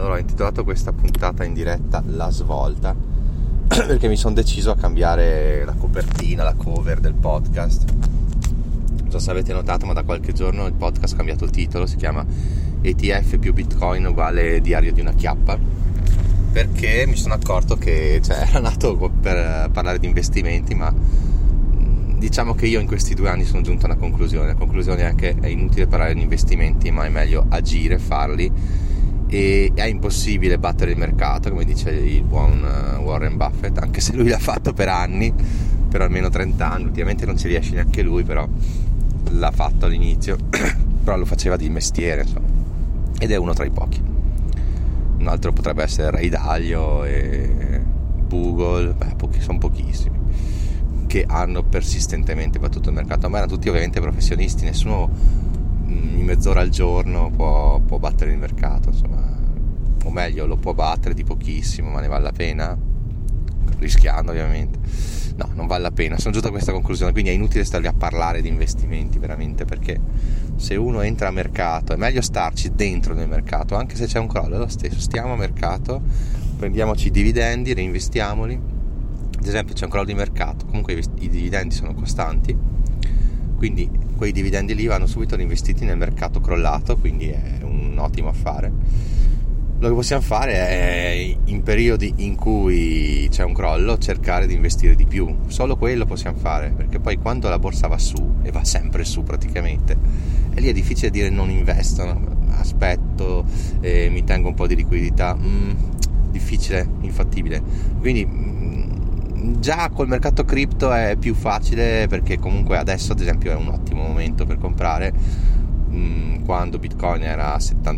Allora ho intitolato questa puntata in diretta La Svolta perché mi sono deciso a cambiare la copertina, la cover del podcast. Non so se avete notato, ma da qualche giorno il podcast ha cambiato il titolo, si chiama ETF più Bitcoin uguale diario di una chiappa, perché mi sono accorto che era nato per parlare di investimenti, ma diciamo che io in questi 2 anni sono giunto a una conclusione. La conclusione è che è inutile parlare di investimenti, ma è meglio agire, farli, e è impossibile battere il mercato, come dice il buon Warren Buffett, anche se lui l'ha fatto per anni, per almeno 30 anni. Ultimamente non ci riesce neanche lui, però l'ha fatto all'inizio però lo faceva di mestiere, insomma, ed è uno tra i pochi. Un altro potrebbe essere Ray Dalio e Google, sono pochissimi che hanno persistentemente battuto il mercato, ma erano tutti ovviamente professionisti. Nessuno in mezz'ora al giorno può battere il mercato, insomma, o meglio lo può battere di pochissimo, ma ne vale la pena? Rischiando, ovviamente. No, non vale la pena. Sono giunto a questa conclusione, quindi è inutile starvi a parlare di investimenti veramente, perché se uno entra a mercato è meglio starci dentro nel mercato, anche se c'è un crollo, è lo stesso. Stiamo a mercato, prendiamoci i dividendi, reinvestiamoli. Ad esempio c'è un crollo di mercato, comunque i dividendi sono costanti, quindi quei dividendi lì vanno subito reinvestiti nel mercato crollato, quindi è un ottimo affare. Lo che possiamo fare è, in periodi in cui c'è un crollo, cercare di investire di più. Solo quello possiamo fare, perché poi quando la borsa va su, e va sempre su praticamente, e lì è difficile dire non investo, no? Aspetto, mi tengo un po' di liquidità, difficile, infattibile. Quindi già col mercato cripto è più facile, perché comunque adesso ad esempio è un ottimo momento per comprare. Quando Bitcoin era a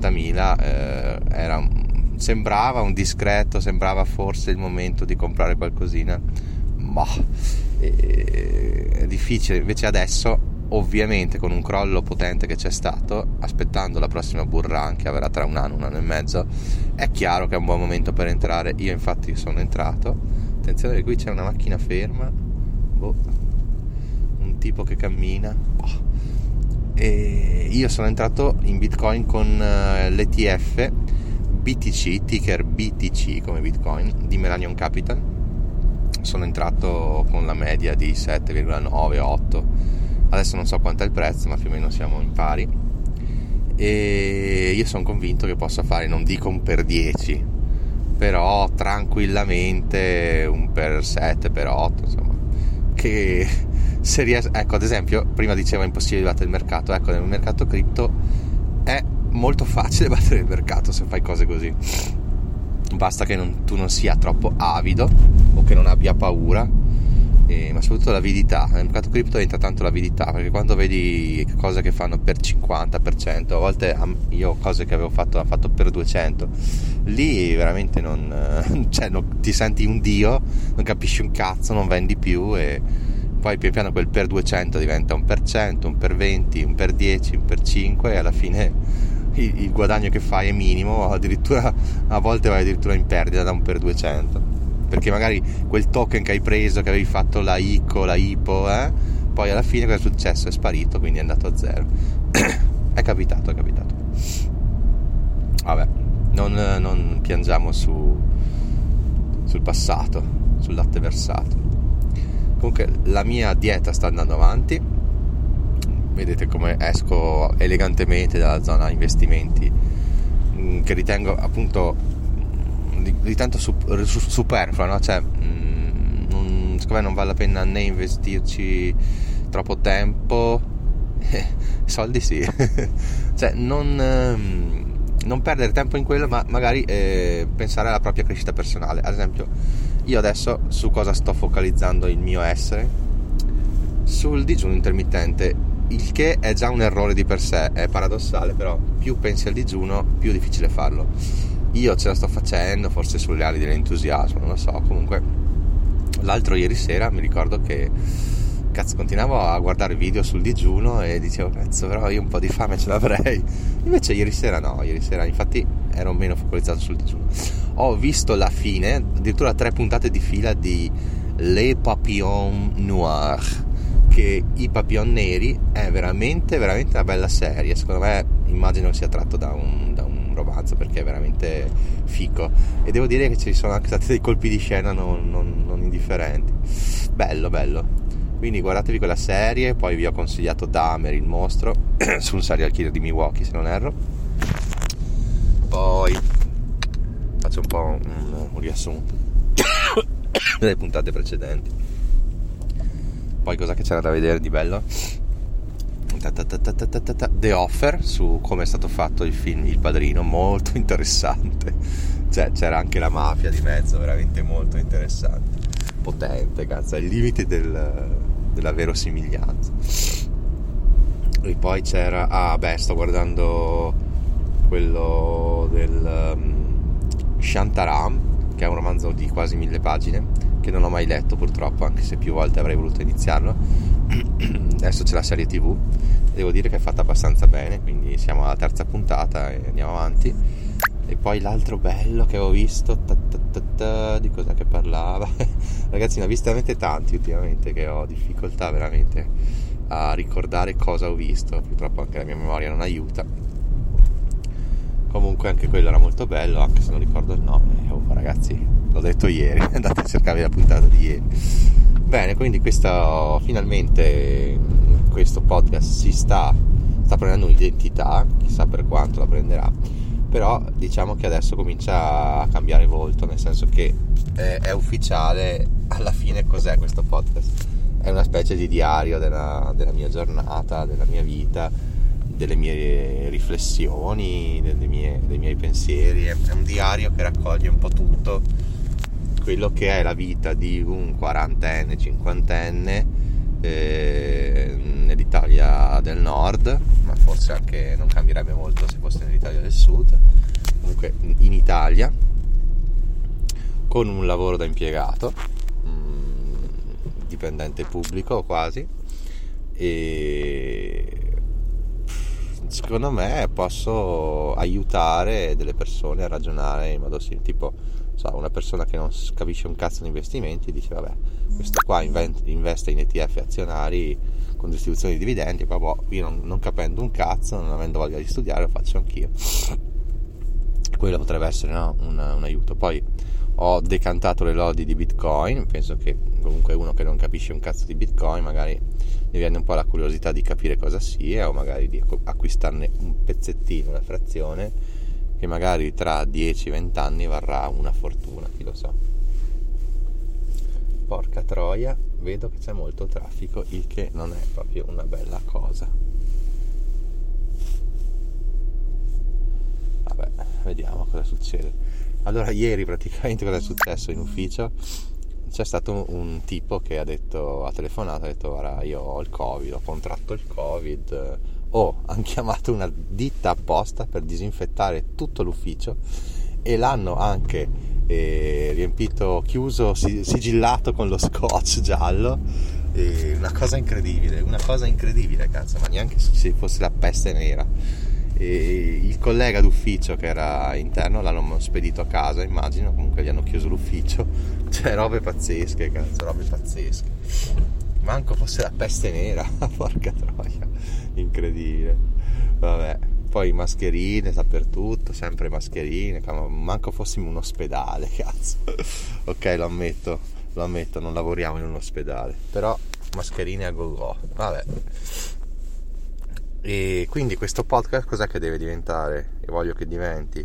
70.000 sembrava un discreto, sembrava forse il momento di comprare qualcosina, ma è difficile. Invece adesso, ovviamente, con un crollo potente che c'è stato, aspettando la prossima bull run che avrà tra un anno e mezzo, è chiaro che è un buon momento per entrare. Io infatti sono entrato. Attenzione che qui c'è una macchina ferma, un tipo che cammina, e io sono entrato in Bitcoin con l'ETF BTC, ticker BTC come Bitcoin, di Millennium Capital. Sono entrato con la media di 7,98, adesso non so quanto è il prezzo, ma più o meno siamo in pari, e io sono convinto che possa fare, non dico un per 10, però tranquillamente un per 7, per 8, insomma, che se ecco, ad esempio, prima dicevo è impossibile battere il mercato. Ecco, nel mercato cripto è molto facile battere il mercato se fai cose così. Basta che tu non sia troppo avido, o che non abbia paura, ma soprattutto l'avidità. Nel mercato cripto entra tanto l'avidità, perché quando vedi cose che fanno per 50%, a volte io cose che avevo fatto per 200, lì veramente ti senti un dio, non capisci un cazzo, non vendi più, e poi pian piano quel per 200 diventa 1%, un per 20, un per 10, un per 5, e alla fine il guadagno che fai è minimo, addirittura a volte vai addirittura in perdita da un per 200, perché magari quel token che hai preso, che avevi fatto la ICO, la IPO, poi alla fine cosa è successo? È sparito, quindi è andato a zero. È capitato. Vabbè, non piangiamo sul passato, sul latte versato. Comunque la mia dieta sta andando avanti, vedete come esco elegantemente dalla zona investimenti, che ritengo appunto superflua, no? Secondo me non vale la pena né investirci troppo tempo, soldi sì, non perdere tempo in quello, ma magari pensare alla propria crescita personale. Ad esempio, io adesso su cosa sto focalizzando il mio essere? Sul digiuno intermittente, il che è già un errore di per sé, è paradossale, però più pensi al digiuno più è difficile farlo. Io ce la sto facendo, forse sulle ali dell'entusiasmo, non lo so. Comunque l'altro ieri sera mi ricordo che continuavo a guardare video sul digiuno e dicevo però io un po' di fame ce l'avrei. Invece ieri sera infatti ero meno focalizzato sul digiuno. Ho visto la fine, addirittura 3 puntate di fila di Les Papillons Noirs, che i papillon neri è veramente veramente una bella serie. Secondo me, immagino sia tratto da un romanzo, perché è veramente fico, e devo dire che ci sono anche stati dei colpi di scena non indifferenti. Bello. Quindi guardatevi quella serie. Poi vi ho consigliato Dahmer, il mostro, su un serial killer di Milwaukee, se non erro. Poi faccio un po' un riassunto delle puntate precedenti. Poi cosa che c'era da vedere di bello? The Offer, su come è stato fatto il film Il Padrino, molto interessante. Cioè, c'era anche la mafia di mezzo, veramente molto interessante, potente, cazzo, ai limiti della verosimiglianza. E poi c'era sto guardando quello del Shantaram, che è un romanzo di quasi 1000 pagine che non ho mai letto purtroppo, anche se più volte avrei voluto iniziarlo. Adesso c'è la serie TV, devo dire che è fatta abbastanza bene, quindi siamo alla terza puntata e andiamo avanti. E poi l'altro bello che ho visto, di cosa che parlava? Ragazzi, ne ho visti veramente tanti ultimamente, che ho difficoltà veramente a ricordare cosa ho visto, purtroppo anche la mia memoria non aiuta. Comunque anche quello era molto bello, anche se non ricordo il nome. Ragazzi, l'ho detto ieri, andate a cercarvi la puntata di ieri. Bene, quindi finalmente questo podcast sta prendendo un'identità, chissà per quanto la prenderà, però diciamo che adesso comincia a cambiare volto, nel senso che è ufficiale. Alla fine cos'è questo podcast? È una specie di diario della mia giornata, della mia vita, delle mie riflessioni, dei miei pensieri. È un diario che raccoglie un po' tutto quello che è la vita di un quarantenne, cinquantenne nell'Italia del Nord, ma forse anche non cambierebbe molto se fosse nell'Italia del Sud. Comunque in Italia, con un lavoro da impiegato, dipendente pubblico quasi, e secondo me posso aiutare delle persone a ragionare in modo simile, tipo una persona che non capisce un cazzo di investimenti dice vabbè, questo qua investe in ETF azionari con distribuzione di dividendi, ma io non capendo un cazzo, non avendo voglia di studiare, lo faccio anch'io. Quello potrebbe essere un aiuto. Poi ho decantato le lodi di Bitcoin, penso che comunque uno che non capisce un cazzo di Bitcoin magari gli viene un po' la curiosità di capire cosa sia, o magari di acquistarne un pezzettino, una frazione, che magari tra 10-20 anni varrà una fortuna, chi lo sa. Porca troia, vedo che c'è molto traffico, il che non è proprio una bella cosa. Vabbè, vediamo cosa succede. Allora, ieri praticamente cosa è successo in ufficio? C'è stato un tipo che ha telefonato, ha detto guarda, io ho il Covid, ho contratto il Covid. Hanno chiamato una ditta apposta per disinfettare tutto l'ufficio e l'hanno anche riempito, chiuso, sigillato con lo scotch giallo. Una cosa incredibile, cazzo, ma neanche se fosse la peste nera. Il collega d'ufficio che era interno l'hanno spedito a casa, immagino, comunque gli hanno chiuso l'ufficio. Cioè, robe pazzesche, cazzo, robe pazzesche. Manco fosse la peste nera, porca troia, incredibile. Vabbè, poi mascherine dappertutto, sempre mascherine, manco fossimo un ospedale, cazzo. Ok, lo ammetto, non lavoriamo in un ospedale, però mascherine a go-go, vabbè. E quindi questo podcast cos'è che deve diventare? E voglio che diventi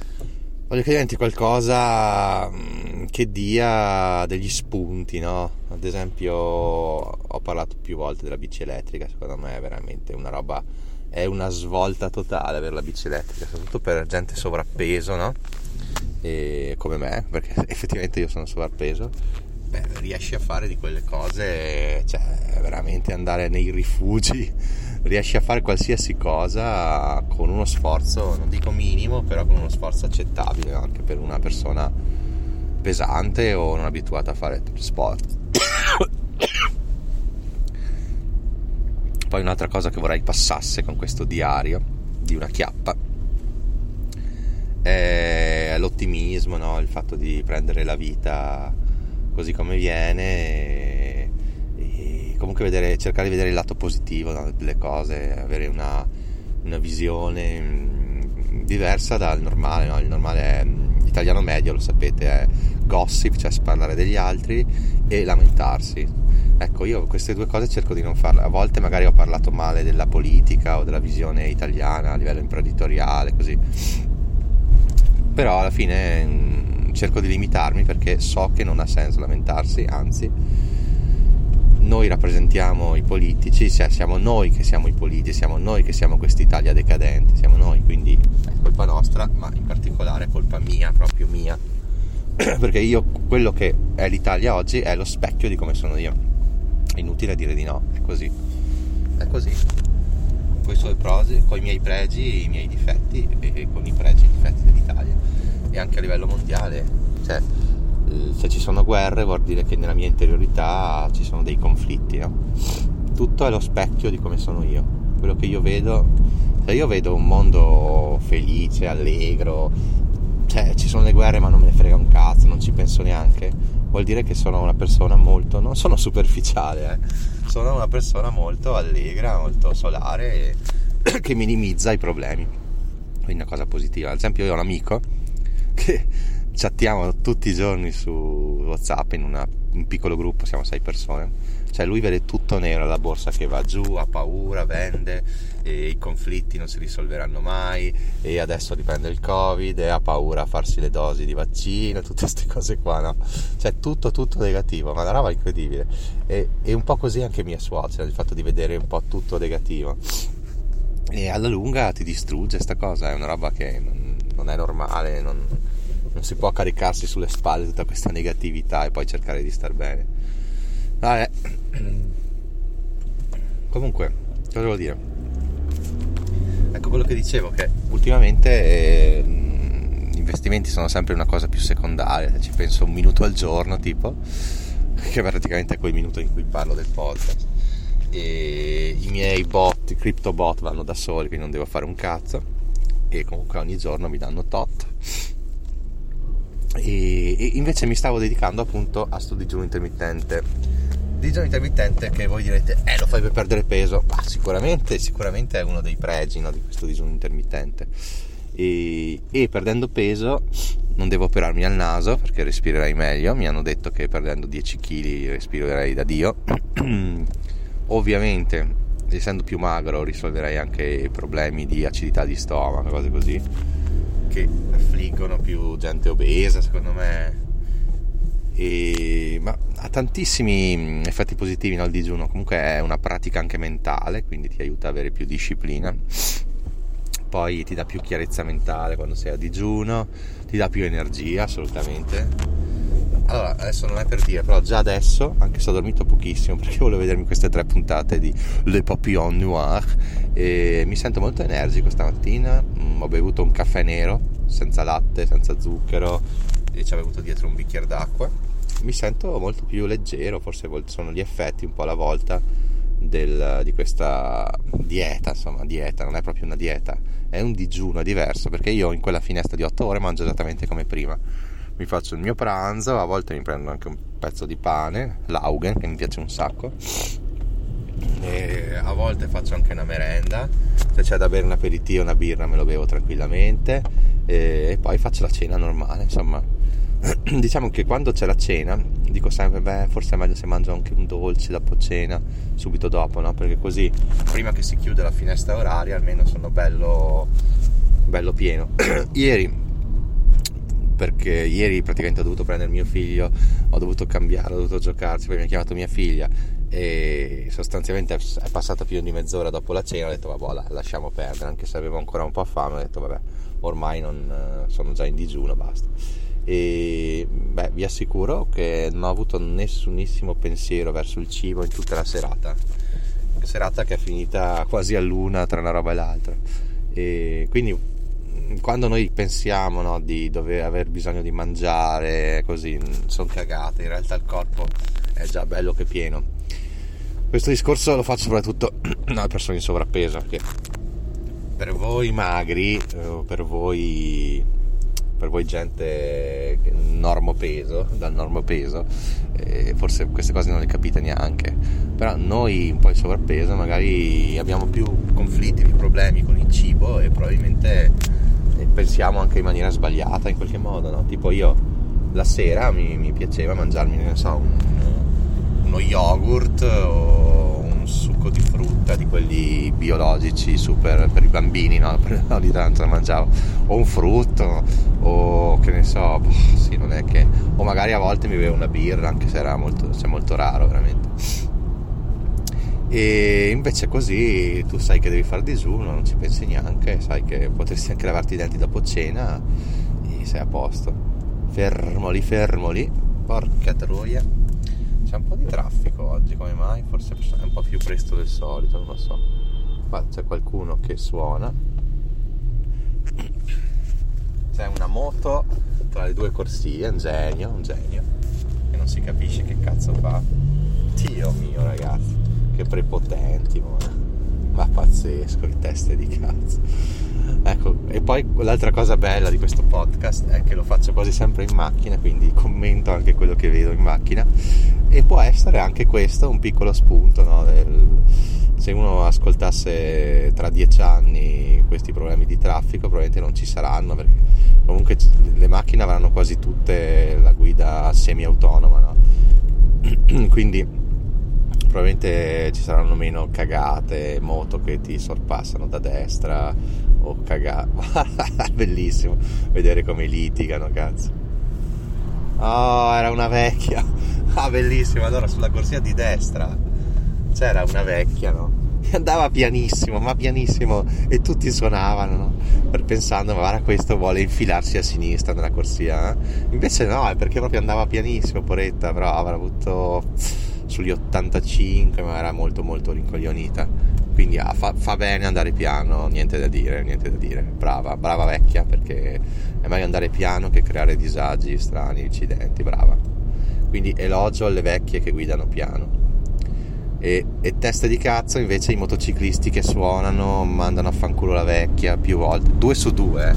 qualcosa che dia degli spunti, no? Ad esempio, ho parlato più volte della bici elettrica. Secondo me è veramente una roba, è una svolta totale per la bici elettrica, soprattutto per gente sovrappeso, no? E come me, perché effettivamente io sono sovrappeso. Riesci a fare di quelle cose, cioè veramente andare nei rifugi, riesci a fare qualsiasi cosa con uno sforzo, non dico minimo, però con uno sforzo accettabile anche per una persona pesante o non abituata a fare sport. Poi un'altra cosa che vorrei passasse con questo diario di una chiappa è l'ottimismo, no? Il fatto di prendere la vita così come viene e comunque cercare di vedere il lato positivo, no, delle cose, avere una visione diversa dal normale, no? Il normale è italiano medio, lo sapete, è gossip, cioè parlare degli altri, e lamentarsi. Ecco, io queste due cose cerco di non farle. A volte magari ho parlato male della politica o della visione italiana a livello imprenditoriale, così, però alla fine cerco di limitarmi, perché so che non ha senso lamentarsi, anzi noi rappresentiamo i politici, cioè siamo noi che siamo i politici, siamo noi che siamo quest'Italia decadente, siamo noi, quindi è colpa nostra, ma in particolare è colpa mia, proprio mia, perché io, quello che è l'Italia oggi è lo specchio di come sono io. È inutile dire di no, è così, con i suoi prosi, con i miei pregi, i miei difetti, e con i pregi e i difetti dell'Italia, e anche a livello mondiale. Cioè, se ci sono guerre vuol dire che nella mia interiorità ci sono dei conflitti, no? Tutto è lo specchio di come sono io, quello che io vedo. Se io vedo un mondo felice, allegro, cioè ci sono le guerre ma non me ne frega un cazzo, non ci penso neanche, vuol dire che sono una persona molto, non sono superficiale, sono una persona molto allegra, molto solare, che minimizza i problemi, quindi una cosa positiva. Ad esempio, io ho un amico che chattiamo tutti i giorni su WhatsApp in un piccolo gruppo, siamo 6 persone, cioè lui vede tutto nero, la borsa che va giù, ha paura, vende, e i conflitti non si risolveranno mai, e adesso riprende il Covid e ha paura a farsi le dosi di vaccino, tutte queste cose qua, no? Cioè tutto negativo, ma una roba incredibile. E un po' così anche mia suocera, il fatto di vedere un po' tutto negativo, e alla lunga ti distrugge sta cosa, è una roba che non è normale, non si può caricarsi sulle spalle tutta questa negatività e poi cercare di star bene. Vabbè. Comunque, cosa devo dire? Ecco, quello che dicevo, che ultimamente gli investimenti sono sempre una cosa più secondaria, ci penso un minuto al giorno, tipo, che praticamente è quel minuto in cui parlo del podcast, e i miei bot, i crypto bot vanno da soli, quindi non devo fare un cazzo, e comunque ogni giorno mi danno tot. E invece mi stavo dedicando appunto a sto digiuno intermittente, che voi direte lo fai per perdere peso. Ma sicuramente è uno dei pregi, no, di questo digiuno intermittente, e perdendo peso non devo operarmi al naso perché respirerei meglio. Mi hanno detto che perdendo 10 kg respirerei da Dio. Ovviamente, essendo più magro, risolverei anche i problemi di acidità di stomaco, cose così che affliggono più gente obesa, secondo me. Ma ha tantissimi effetti positivi, no, il digiuno. Comunque è una pratica anche mentale, quindi ti aiuta ad avere più disciplina, poi ti dà più chiarezza mentale quando sei a digiuno, ti dà più energia, assolutamente. Allora, adesso non è per dire, però già adesso, anche se ho dormito pochissimo perché volevo vedermi queste 3 puntate di Le Papillon Noir, e mi sento molto energico stamattina. Ho bevuto un caffè nero senza latte, senza zucchero, e ci avevo bevuto dietro un bicchiere d'acqua. Mi sento molto più leggero, forse sono gli effetti un po' alla volta di questa dieta. Insomma, dieta non è proprio una dieta, è un digiuno, è diverso, perché io in quella finestra di 8 ore mangio esattamente come prima. Mi faccio il mio pranzo, a volte mi prendo anche un pezzo di pane, l'Augen, che mi piace un sacco, e a volte faccio anche una merenda, se c'è da bere un aperitivo, una birra, me lo bevo tranquillamente, e poi faccio la cena normale. Insomma, diciamo che quando c'è la cena dico sempre forse è meglio se mangio anche un dolce dopo cena, subito dopo, no? Perché così prima che si chiude la finestra oraria almeno sono bello pieno. Ieri praticamente ho dovuto prendere mio figlio, ho dovuto cambiare, ho dovuto giocarci, poi mi ha chiamato mia figlia e sostanzialmente è passata più di mezz'ora dopo la cena. Ho detto vabbè, lasciamo perdere, anche se avevo ancora un po' fame. Ho detto vabbè, ormai non sono già in digiuno, basta. E vi assicuro che non ho avuto nessunissimo pensiero verso il cibo in tutta la serata che è finita quasi all'1 tra una roba e l'altra. E quindi quando noi pensiamo, no, di dover aver bisogno di mangiare, così sono cagate, in realtà il corpo è già bello che pieno. Questo discorso lo faccio soprattutto alle persone in sovrappeso, perché per voi magri, per voi gente dal normopeso, forse queste cose non le capite neanche, però noi un po' in sovrappeso magari abbiamo più conflitti, più problemi con il cibo, e probabilmente pensiamo anche in maniera sbagliata in qualche modo, no? Tipo io la sera mi piaceva mangiarmi, non so, uno yogurt o un succo di frutta di quelli biologici super per i bambini, no? Ogni tanto mangiavo o un frutto o che ne so, sì, non è che, o magari a volte mi bevo una birra, anche se era molto raro veramente. E invece così tu sai che devi fare digiuno, non ci pensi neanche, sai che potresti anche lavarti i denti dopo cena e sei a posto. Fermoli, porca troia. C'è un po' di traffico oggi, come mai? Forse è un po' più presto del solito, non lo so. Qua c'è qualcuno che suona. C'è una moto tra le due corsie, un genio, che non si capisce che cazzo fa. Dio mio, ragazzi, che prepotenti, ma pazzesco, che teste di cazzo. Ecco, e poi l'altra cosa bella di questo podcast è che lo faccio quasi sempre in macchina, quindi commento anche quello che vedo in macchina, e può essere anche questo un piccolo spunto, no? Se uno ascoltasse tra 10 anni questi problemi di traffico, probabilmente non ci saranno, perché comunque le macchine avranno quasi tutte la guida semi-autonoma, no? Quindi probabilmente ci saranno meno cagate, moto che ti sorpassano da destra o bellissimo vedere come litigano, cazzo. Oh, era una vecchia. Bellissimo. Allora sulla corsia di destra c'era una vecchia, no? E andava pianissimo, e tutti suonavano, no? Pensando, ma guarda, questo vuole infilarsi a sinistra nella corsia, eh? Invece no, è perché proprio andava pianissimo, poretta, però avrà avuto sugli 85, ma era molto rincoglionita, quindi fa bene andare piano, niente da dire, brava vecchia, perché è meglio andare piano che creare disagi strani, incidenti, brava. Quindi elogio alle vecchie che guidano piano. E teste di cazzo invece i motociclisti che suonano, mandano a fanculo la vecchia più volte, 2 su 2.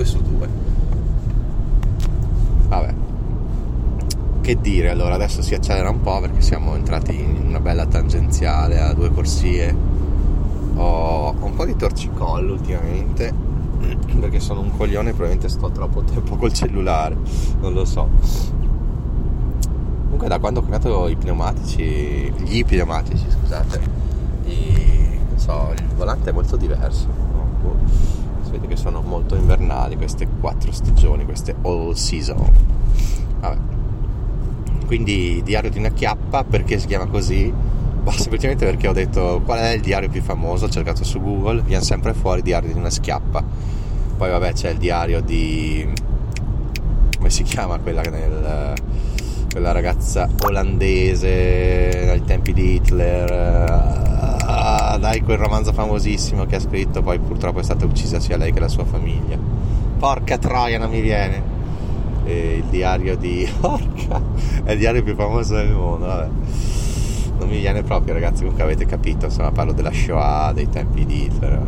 Vabbè, che dire, allora adesso si accelera un po' perché siamo entrati in una bella tangenziale a 2 corsie. Ho un po' di torcicollo ultimamente perché sono un coglione, probabilmente sto troppo tempo col cellulare, non lo so. Comunque da quando ho cambiato gli pneumatici, scusate, non so, il volante è molto diverso, no? Si vede che sono molto invernali queste 4 stagioni, queste all season. Vabbè. Quindi diario di una chiappa, perché si chiama così? Semplicemente perché ho detto qual è il diario più famoso, ho cercato su Google, viene sempre fuori diario di una schiappa. Poi vabbè, c'è il diario di, come si chiama quella ragazza olandese ai tempi di Hitler, dai, quel romanzo famosissimo che ha scritto, poi purtroppo è stata uccisa sia lei che la sua famiglia, porca troia, non mi viene. E il diario di è il diario più famoso del mondo, vabbè, non mi viene proprio, ragazzi. Comunque avete capito, insomma, parlo della Shoah, dei tempi di Hitler,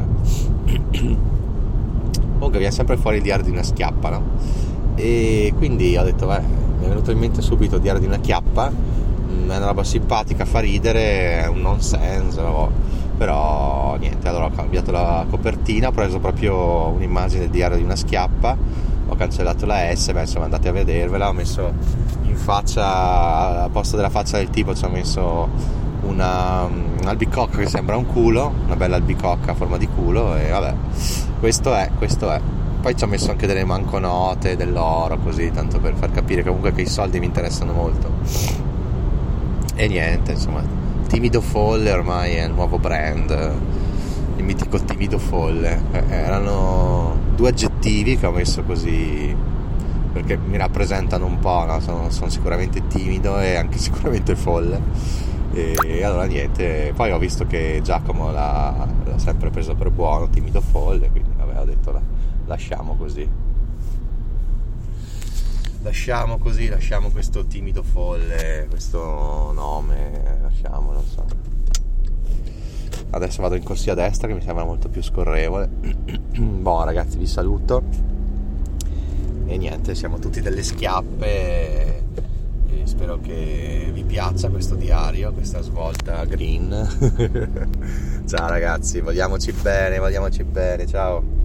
comunque viene sempre fuori il diario di una schiappa, no? E quindi ho detto, mi è venuto in mente subito il diario di una chiappa, è una roba simpatica, fa ridere, è un nonsense, no? Però niente, allora ho cambiato la copertina, ho preso proprio un'immagine del diario di una schiappa, ho cancellato la S, insomma andate a vedervela, ho messo in faccia, al posto della faccia del tipo ci ho messo un'albicocca che sembra un culo, una bella albicocca a forma di culo, e vabbè, questo è. Poi ci ho messo anche delle banconote, dell'oro, così, tanto per far capire comunque che i soldi mi interessano molto. E niente, insomma, Timido Folle ormai è il nuovo brand, il mitico Timido Folle. Erano 2 aggettivi che ho messo così perché mi rappresentano un po', no? Sono sicuramente timido e anche sicuramente folle, e allora niente, poi ho visto che Giacomo l'ha sempre preso per buono, Timido Folle, quindi vabbè, ho detto lasciamo questo Timido Folle, questo nome, lasciamo, non so. Adesso vado in corsia destra che mi sembra molto più scorrevole. Boh, ragazzi, vi saluto e niente, siamo tutti delle schiappe e spero che vi piaccia questo diario, questa svolta green. Ciao ragazzi, vogliamoci bene, ciao.